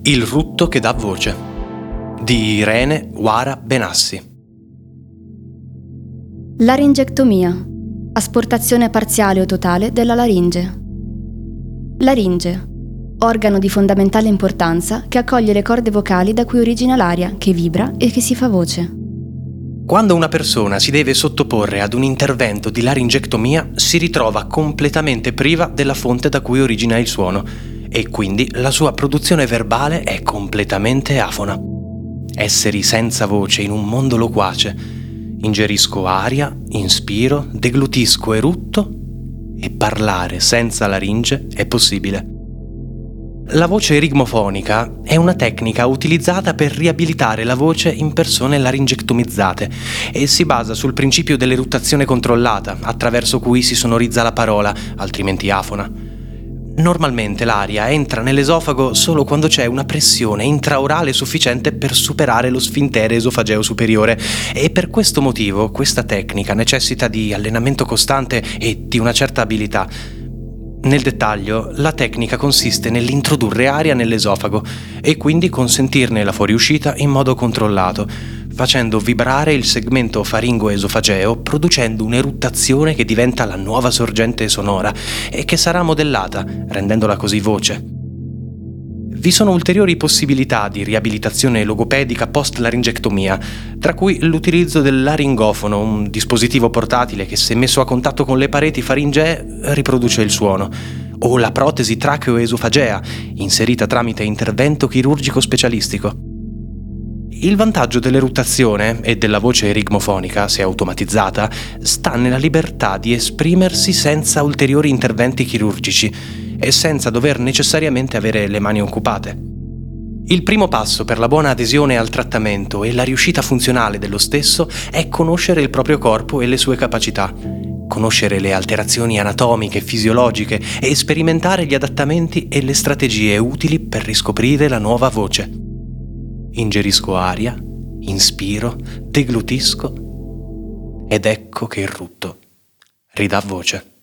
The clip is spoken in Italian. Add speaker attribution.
Speaker 1: Il rutto che dà voce di Irene Huara Benassi.
Speaker 2: Laringectomia, asportazione parziale o totale della laringe. Laringe, organo di fondamentale importanza che accoglie le corde vocali da cui origina l'aria, che vibra e che si fa voce.
Speaker 1: Quando una persona si deve sottoporre ad un intervento di laringectomia, si ritrova completamente priva della fonte da cui origina il suono e quindi la sua produzione verbale è completamente afona. Esseri senza voce in un mondo loquace. Ingerisco aria, inspiro, deglutisco e rutto, e parlare senza laringe è possibile. La voce erigmofonica è una tecnica utilizzata per riabilitare la voce in persone laringectomizzate e si basa sul principio dell'eruttazione controllata, attraverso cui si sonorizza la parola, altrimenti afona. Normalmente l'aria entra nell'esofago solo quando c'è una pressione intraorale sufficiente per superare lo sfintere esofageo superiore e per questo motivo questa tecnica necessita di allenamento costante e di una certa abilità. Nel dettaglio, la tecnica consiste nell'introdurre aria nell'esofago e quindi consentirne la fuoriuscita in modo controllato, facendo vibrare il segmento faringo-esofageo, producendo un'eruttazione che diventa la nuova sorgente sonora e che sarà modellata, rendendola così voce. Vi sono ulteriori possibilità di riabilitazione logopedica post-laringectomia, tra cui l'utilizzo del laringofono, un dispositivo portatile che se messo a contatto con le pareti faringee riproduce il suono, o la protesi tracheo-esofagea, inserita tramite intervento chirurgico specialistico. Il vantaggio dell'eruttazione e della voce erigmofonica, se automatizzata, sta nella libertà di esprimersi senza ulteriori interventi chirurgici e senza dover necessariamente avere le mani occupate. Il primo passo per la buona adesione al trattamento e la riuscita funzionale dello stesso è conoscere il proprio corpo e le sue capacità, conoscere le alterazioni anatomiche e fisiologiche e sperimentare gli adattamenti e le strategie utili per riscoprire la nuova voce. Ingerisco aria, inspiro, deglutisco ed ecco che il rutto ridà voce.